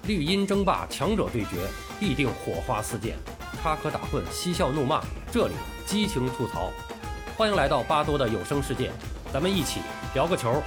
绿茵争霸，强者对决，必定火花四溅，插科打诨，嬉笑怒骂，这里激情吐槽。欢迎来到巴多的有声世界，咱们一起聊个球。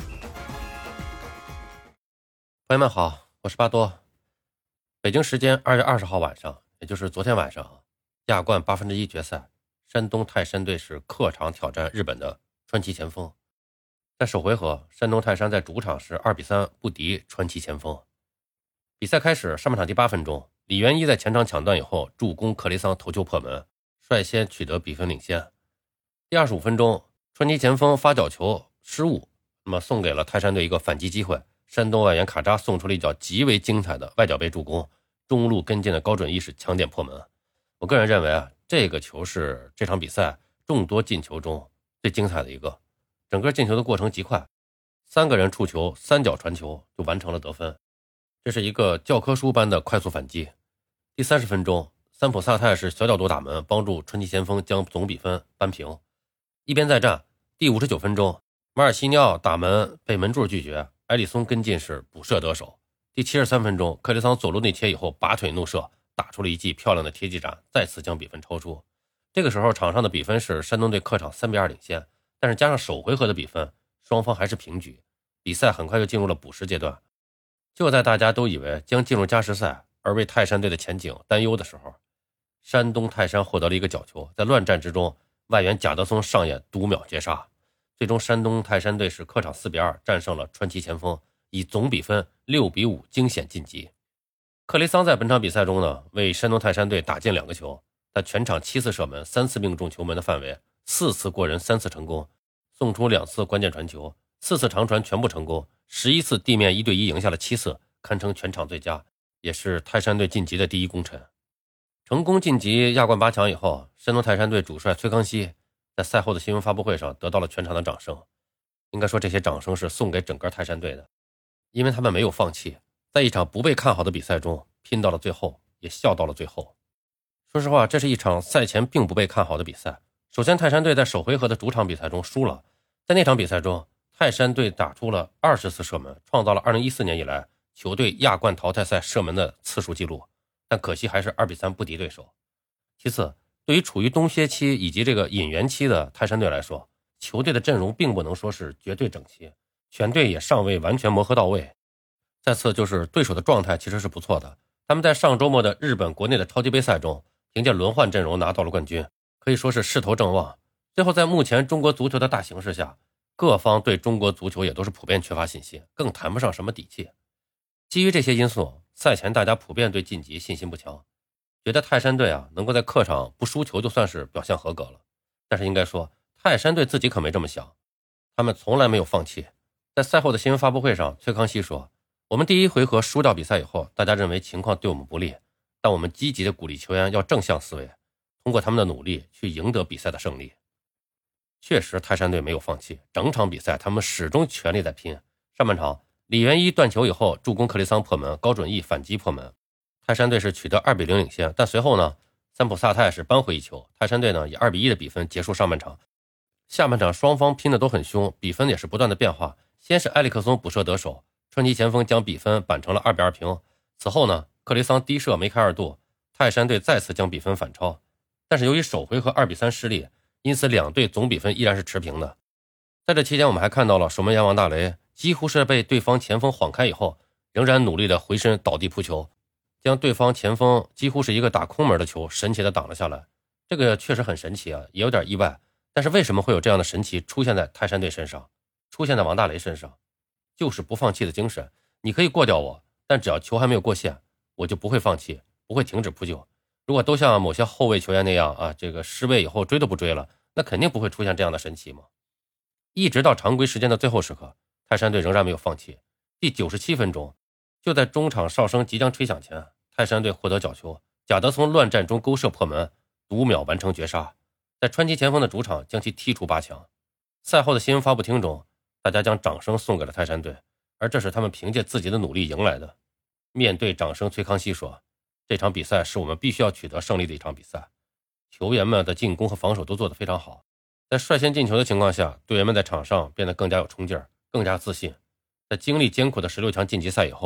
朋友们好，我是巴多。北京时间2月20号晚上，也就是昨天晚上，亚冠1/8决赛，山东泰山队是客场挑战日本的川崎前锋。在首回合，山东泰山在主场是2-3不敌川崎前锋。比赛开始，上半场第8分钟，李元一在前场抢断以后助攻克雷桑头球破门，率先取得比分领先。第25分钟，川崎前锋发角球失误，送给了泰山队一个反击机会。山东外援卡扎送出了一脚极为精彩的外脚背助攻，中路跟进的高准翼是强点破门。我个人认为这个球是这场比赛众多进球中最精彩的一个。整个进球的过程极快，3个人触球3脚传球就完成了得分，这是一个教科书般的快速反击。第30分钟，三浦萨泰是小角度打门，帮助川崎前锋将总比分扳平。一边再战，第59分钟，马尔西尼奥打门被门柱拒绝，埃里松跟进是补射得手。第73分钟，克雷桑左路内切以后拔腿怒射，打出了一记漂亮的贴技斩，再次将比分超出。这个时候场上的比分是山东队客场3-2领先，但是加上首回合的比分，双方还是平局。比赛很快就进入了补时阶段。就在大家都以为将进入加时赛而为泰山队的前景担忧的时候，山东泰山获得了一个角球，在乱战之中，外援贾德松上演读秒绝杀，最终山东泰山队是客场4-2战胜了川崎前锋，以总比分6-5惊险晋级。克雷桑在本场比赛中呢，为山东泰山队打进2个球，他全场7次射门3次命中球门的范围，4次过人3次成功，送出2次关键传球，4次长传全部成功，11次地面1对1赢下了7次，堪称全场最佳，也是泰山队晋级的第一功臣。成功晋级亚冠8强以后，山东泰山队主帅崔康熙在赛后的新闻发布会上得到了全场的掌声。应该说这些掌声是送给整个泰山队的，因为他们没有放弃，在一场不被看好的比赛中拼到了最后，也笑到了最后。说实话，这是一场赛前并不被看好的比赛。首先，泰山队在首回合的主场比赛中输了，在那场比赛中，泰山队打出了20次射门，创造了2014年以来球队亚冠淘汰赛射门的次数记录，但可惜还是2-3不敌对手。其次，对于处于冬歇期以及这个引援期的泰山队来说，球队的阵容并不能说是绝对整齐，全队也尚未完全磨合到位。再次就是对手的状态其实是不错的，他们在上周末的日本国内的超级杯赛中凭借轮换阵容拿到了冠军，可以说是势头正旺。最后在目前中国足球的大形势下，各方对中国足球也都是普遍缺乏信心，更谈不上什么底气。基于这些因素，赛前大家普遍对晋级信心不强，觉得泰山队能够在客场不输球就算是表现合格了。但是应该说泰山队自己可没这么想，他们从来没有放弃。在赛后的新闻发布会上，崔康熙说，我们第一回合输掉比赛以后，大家认为情况对我们不利，但我们积极的鼓励球员要正向思维，通过他们的努力去赢得比赛的胜利。确实泰山队没有放弃，整场比赛他们始终全力在拼。上半场李元一断球以后助攻克雷桑破门，高准翼反击破门，泰山队是取得2-0领先，但随后呢，三浦萨泰是扳回一球，泰山队呢以2-1的比分结束上半场。下半场双方拼的都很凶，比分也是不断的变化，先是埃里克松补射得手，川崎前锋将比分扳成了2-2平。此后呢，克雷桑低射梅开二度，泰山队再次将比分反超，但是由于首回合2-3失利，因此两队总比分依然是持平的。在这期间，我们还看到了守门员王大雷几乎是被对方前锋晃开以后，仍然努力的回身倒地扑球，将对方前锋几乎是一个打空门的球神奇的挡了下来。这个确实很神奇也有点意外。但是为什么会有这样的神奇出现在泰山队身上，出现在王大雷身上？就是不放弃的精神。你可以过掉我，但只要球还没有过线，我就不会放弃，不会停止扑救。如果都像某些后卫球员那样这个失位以后追都不追了，那肯定不会出现这样的神奇嘛。一直到常规时间的最后时刻，泰山队仍然没有放弃。第97分钟，就在中场哨声即将吹响前，泰山队获得角球，贾德松乱战中勾射破门，读秒完成绝杀，在川崎前锋的主场将其踢出8强。赛后的新闻发布厅中，大家将掌声送给了泰山队，而这是他们凭借自己的努力赢来的。面对掌声，崔康熙说，这场比赛是我们必须要取得胜利的一场比赛，球员们的进攻和防守都做得非常好，在率先进球的情况下，队员们在场上变得更加有冲劲儿，更加自信。在经历艰苦的16强晋级赛以后，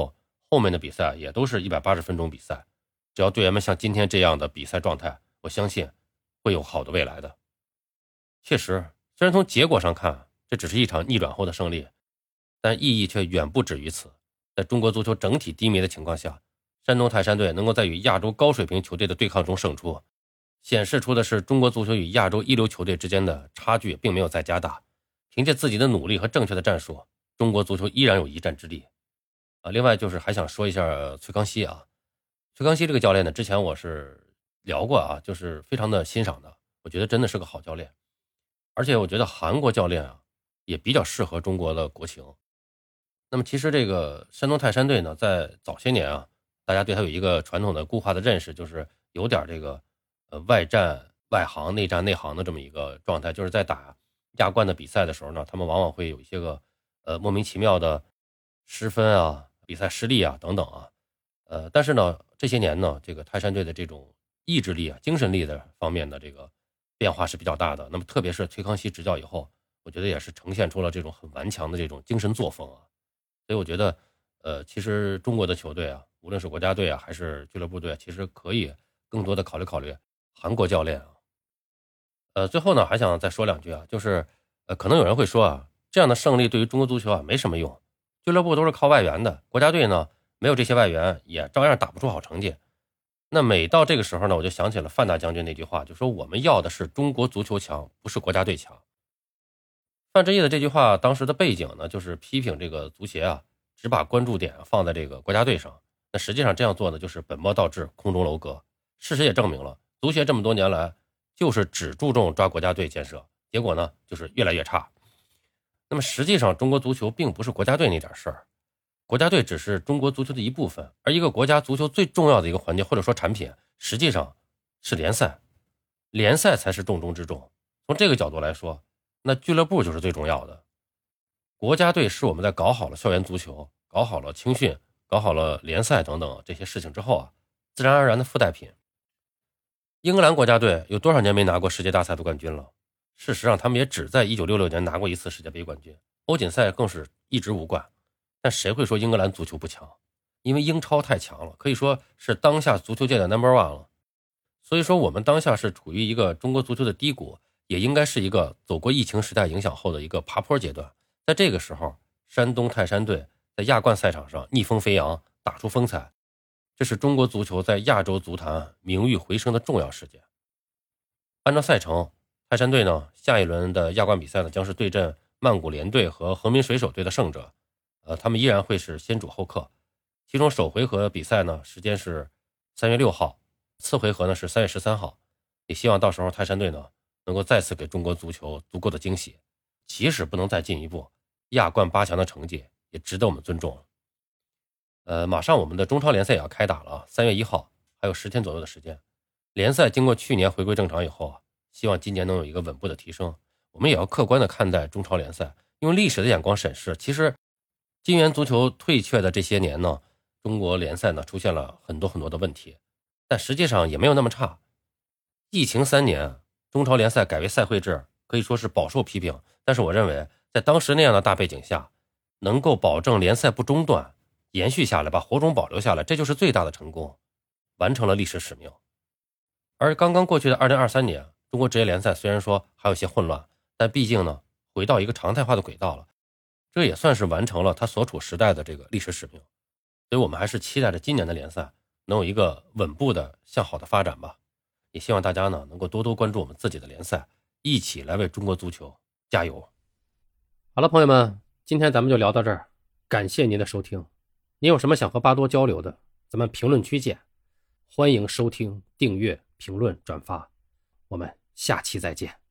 后面的比赛也都是180分钟比赛。只要队员们像今天这样的比赛状态，我相信会有好的未来的。确实，虽然从结果上看这只是一场逆转后的胜利，但意义却远不止于此。在中国足球整体低迷的情况下，山东泰山队能够在与亚洲高水平球队的对抗中胜出，显示出的是中国足球与亚洲一流球队之间的差距并没有再加大。凭借自己的努力和正确的战术，中国足球依然有一战之力。另外就是还想说一下崔康熙啊，崔康熙这个教练呢，之前我是聊过啊，就是非常的欣赏的，我觉得真的是个好教练。而且我觉得韩国教练啊，也比较适合中国的国情。那么其实这个山东泰山队呢，在早些年啊，大家对他有一个传统的固化的认识，就是有点这个外战外行、内战内行的这么一个状态，就是在打亚冠的比赛的时候呢，他们往往会有一些个莫名其妙的失分啊、比赛失利啊等等啊。但是呢，这些年呢，这个泰山队的这种意志力啊、精神力的方面的这个变化是比较大的。那么特别是崔康熙执教以后，我觉得也是呈现出了这种很顽强的这种精神作风啊。所以我觉得其实中国的球队啊，无论是国家队啊还是俱乐部队，其实可以更多的考虑考虑韩国教练啊。最后呢，还想再说两句啊，就是可能有人会说啊，这样的胜利对于中国足球啊没什么用，俱乐部都是靠外援的，国家队呢没有这些外援也照样打不出好成绩。那每到这个时候呢，我就想起了范大将军那句话，就说我们要的是中国足球强，不是国家队强。范志毅的这句话当时的背景呢，就是批评这个足协啊，只把关注点放在这个国家队上。那实际上这样做呢，就是本末倒置，空中楼阁。事实也证明了，足协这么多年来就是只注重抓国家队建设，结果呢就是越来越差。那么实际上中国足球并不是国家队那点事儿，国家队只是中国足球的一部分，而一个国家足球最重要的一个环节或者说产品，实际上是联赛，联赛才是重中之重。从这个角度来说，那俱乐部就是最重要的。国家队是我们在搞好了校园足球、搞好了青训、搞好了联赛等等这些事情之后啊，自然而然的附带品。英格兰国家队有多少年没拿过世界大赛的冠军了？事实上他们也只在1966年拿过一次世界杯冠军，欧锦赛更是一直无冠。但谁会说英格兰足球不强？因为英超太强了，可以说是当下足球界的 No.1 了。所以说我们当下是处于一个中国足球的低谷，也应该是一个走过疫情时代影响后的一个爬坡阶段。在这个时候，山东泰山队在亚冠赛场上逆风飞扬，打出风采，这是中国足球在亚洲足坛名誉回升的重要事件。按照赛程，泰山队呢下一轮的亚冠比赛呢将是对阵曼谷联队和恒滨水手队的胜者，他们依然会是先主后客。其中首回合比赛呢时间是3月6号，次回合呢是3月13号。也希望到时候泰山队呢能够再次给中国足球足够的惊喜，即使不能再进一步，亚冠8强的成绩也值得我们尊重。马上我们的中超联赛也要开打了，3月1号还有10天左右的时间。联赛经过去年回归正常以后啊，希望今年能有一个稳步的提升。我们也要客观的看待中超联赛，用历史的眼光审视，其实金元足球退却的这些年呢，中国联赛呢出现了很多很多的问题，但实际上也没有那么差。疫情3年，中超联赛改为赛会制，可以说是饱受批评，但是我认为在当时那样的大背景下，能够保证联赛不中断，延续下来，把火种保留下来，这就是最大的成功，完成了历史使命。而刚刚过去的2023年，中国职业联赛虽然说还有些混乱，但毕竟呢回到一个常态化的轨道了，这也算是完成了他所处时代的这个历史使命。所以我们还是期待着今年的联赛能有一个稳步的向好的发展吧。也希望大家呢能够多多关注我们自己的联赛，一起来为中国足球加油。好了，朋友们，今天咱们就聊到这儿，感谢您的收听。您有什么想和巴多交流的，咱们评论区见。欢迎收听、订阅、评论、转发，我们下期再见。